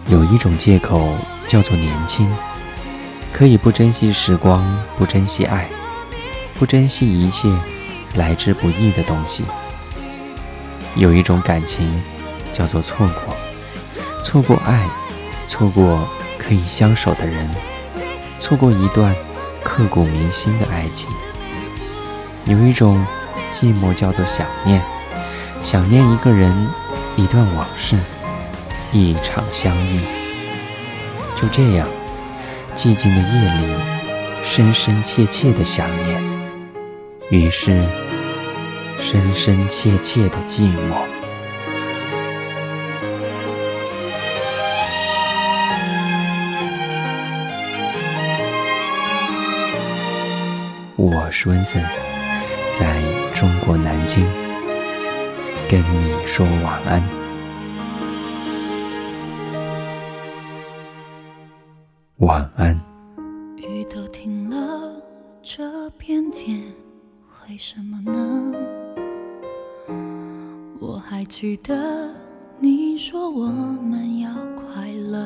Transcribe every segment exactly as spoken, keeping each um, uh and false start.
有一种借口叫做年轻，可以不珍惜时光，不珍惜爱，不珍惜一切来之不易的东西。有一种感情叫做错过，错过爱，错过可以相守的人，错过一段刻骨铭心的爱情。有一种寂寞叫做想念，想念一个人，一段往事，一场相遇。就这样，寂静的夜里，深深切切的想念，于是深深切切的寂寞。我是温森，在中国南京跟你说晚安。晚安。 雨都停了，这片天为什么呢？我还记得你说我们要快乐，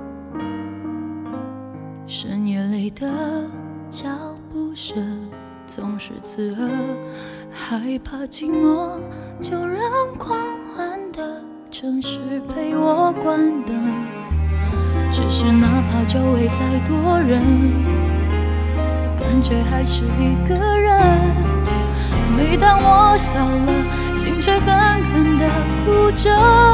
深夜里的脚步声总是刺耳，害怕寂寞就让狂欢的城市陪我关灯。只是哪怕周围再多人，感觉还是一个人。每当我笑了，心却狠狠地哭着。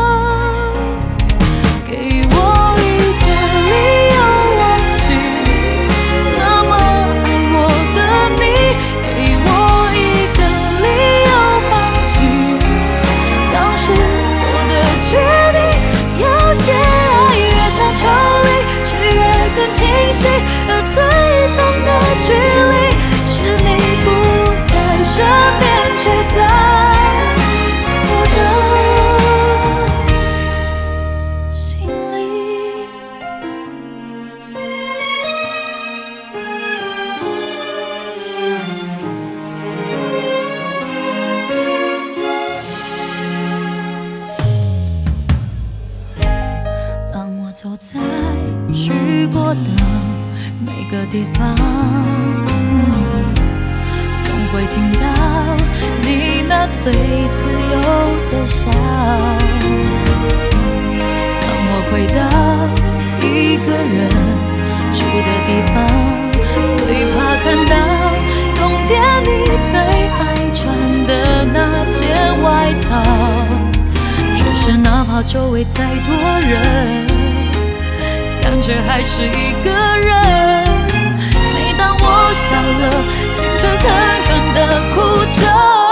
给我一个理由忘记那么爱我的你，给我一个理由放弃当时做的决定。有些爱越想抽离，却越更清晰，而最痛的距离是你不在身边，却在我的心里。当我走在去过的每个地方，总会听到你那最自由的笑。当我回到一个人住的地方，最怕看到冬天你最爱穿的那件外套。只是哪怕周围再多人，感觉还是一个人。每当我笑了，心却狠狠地哭着。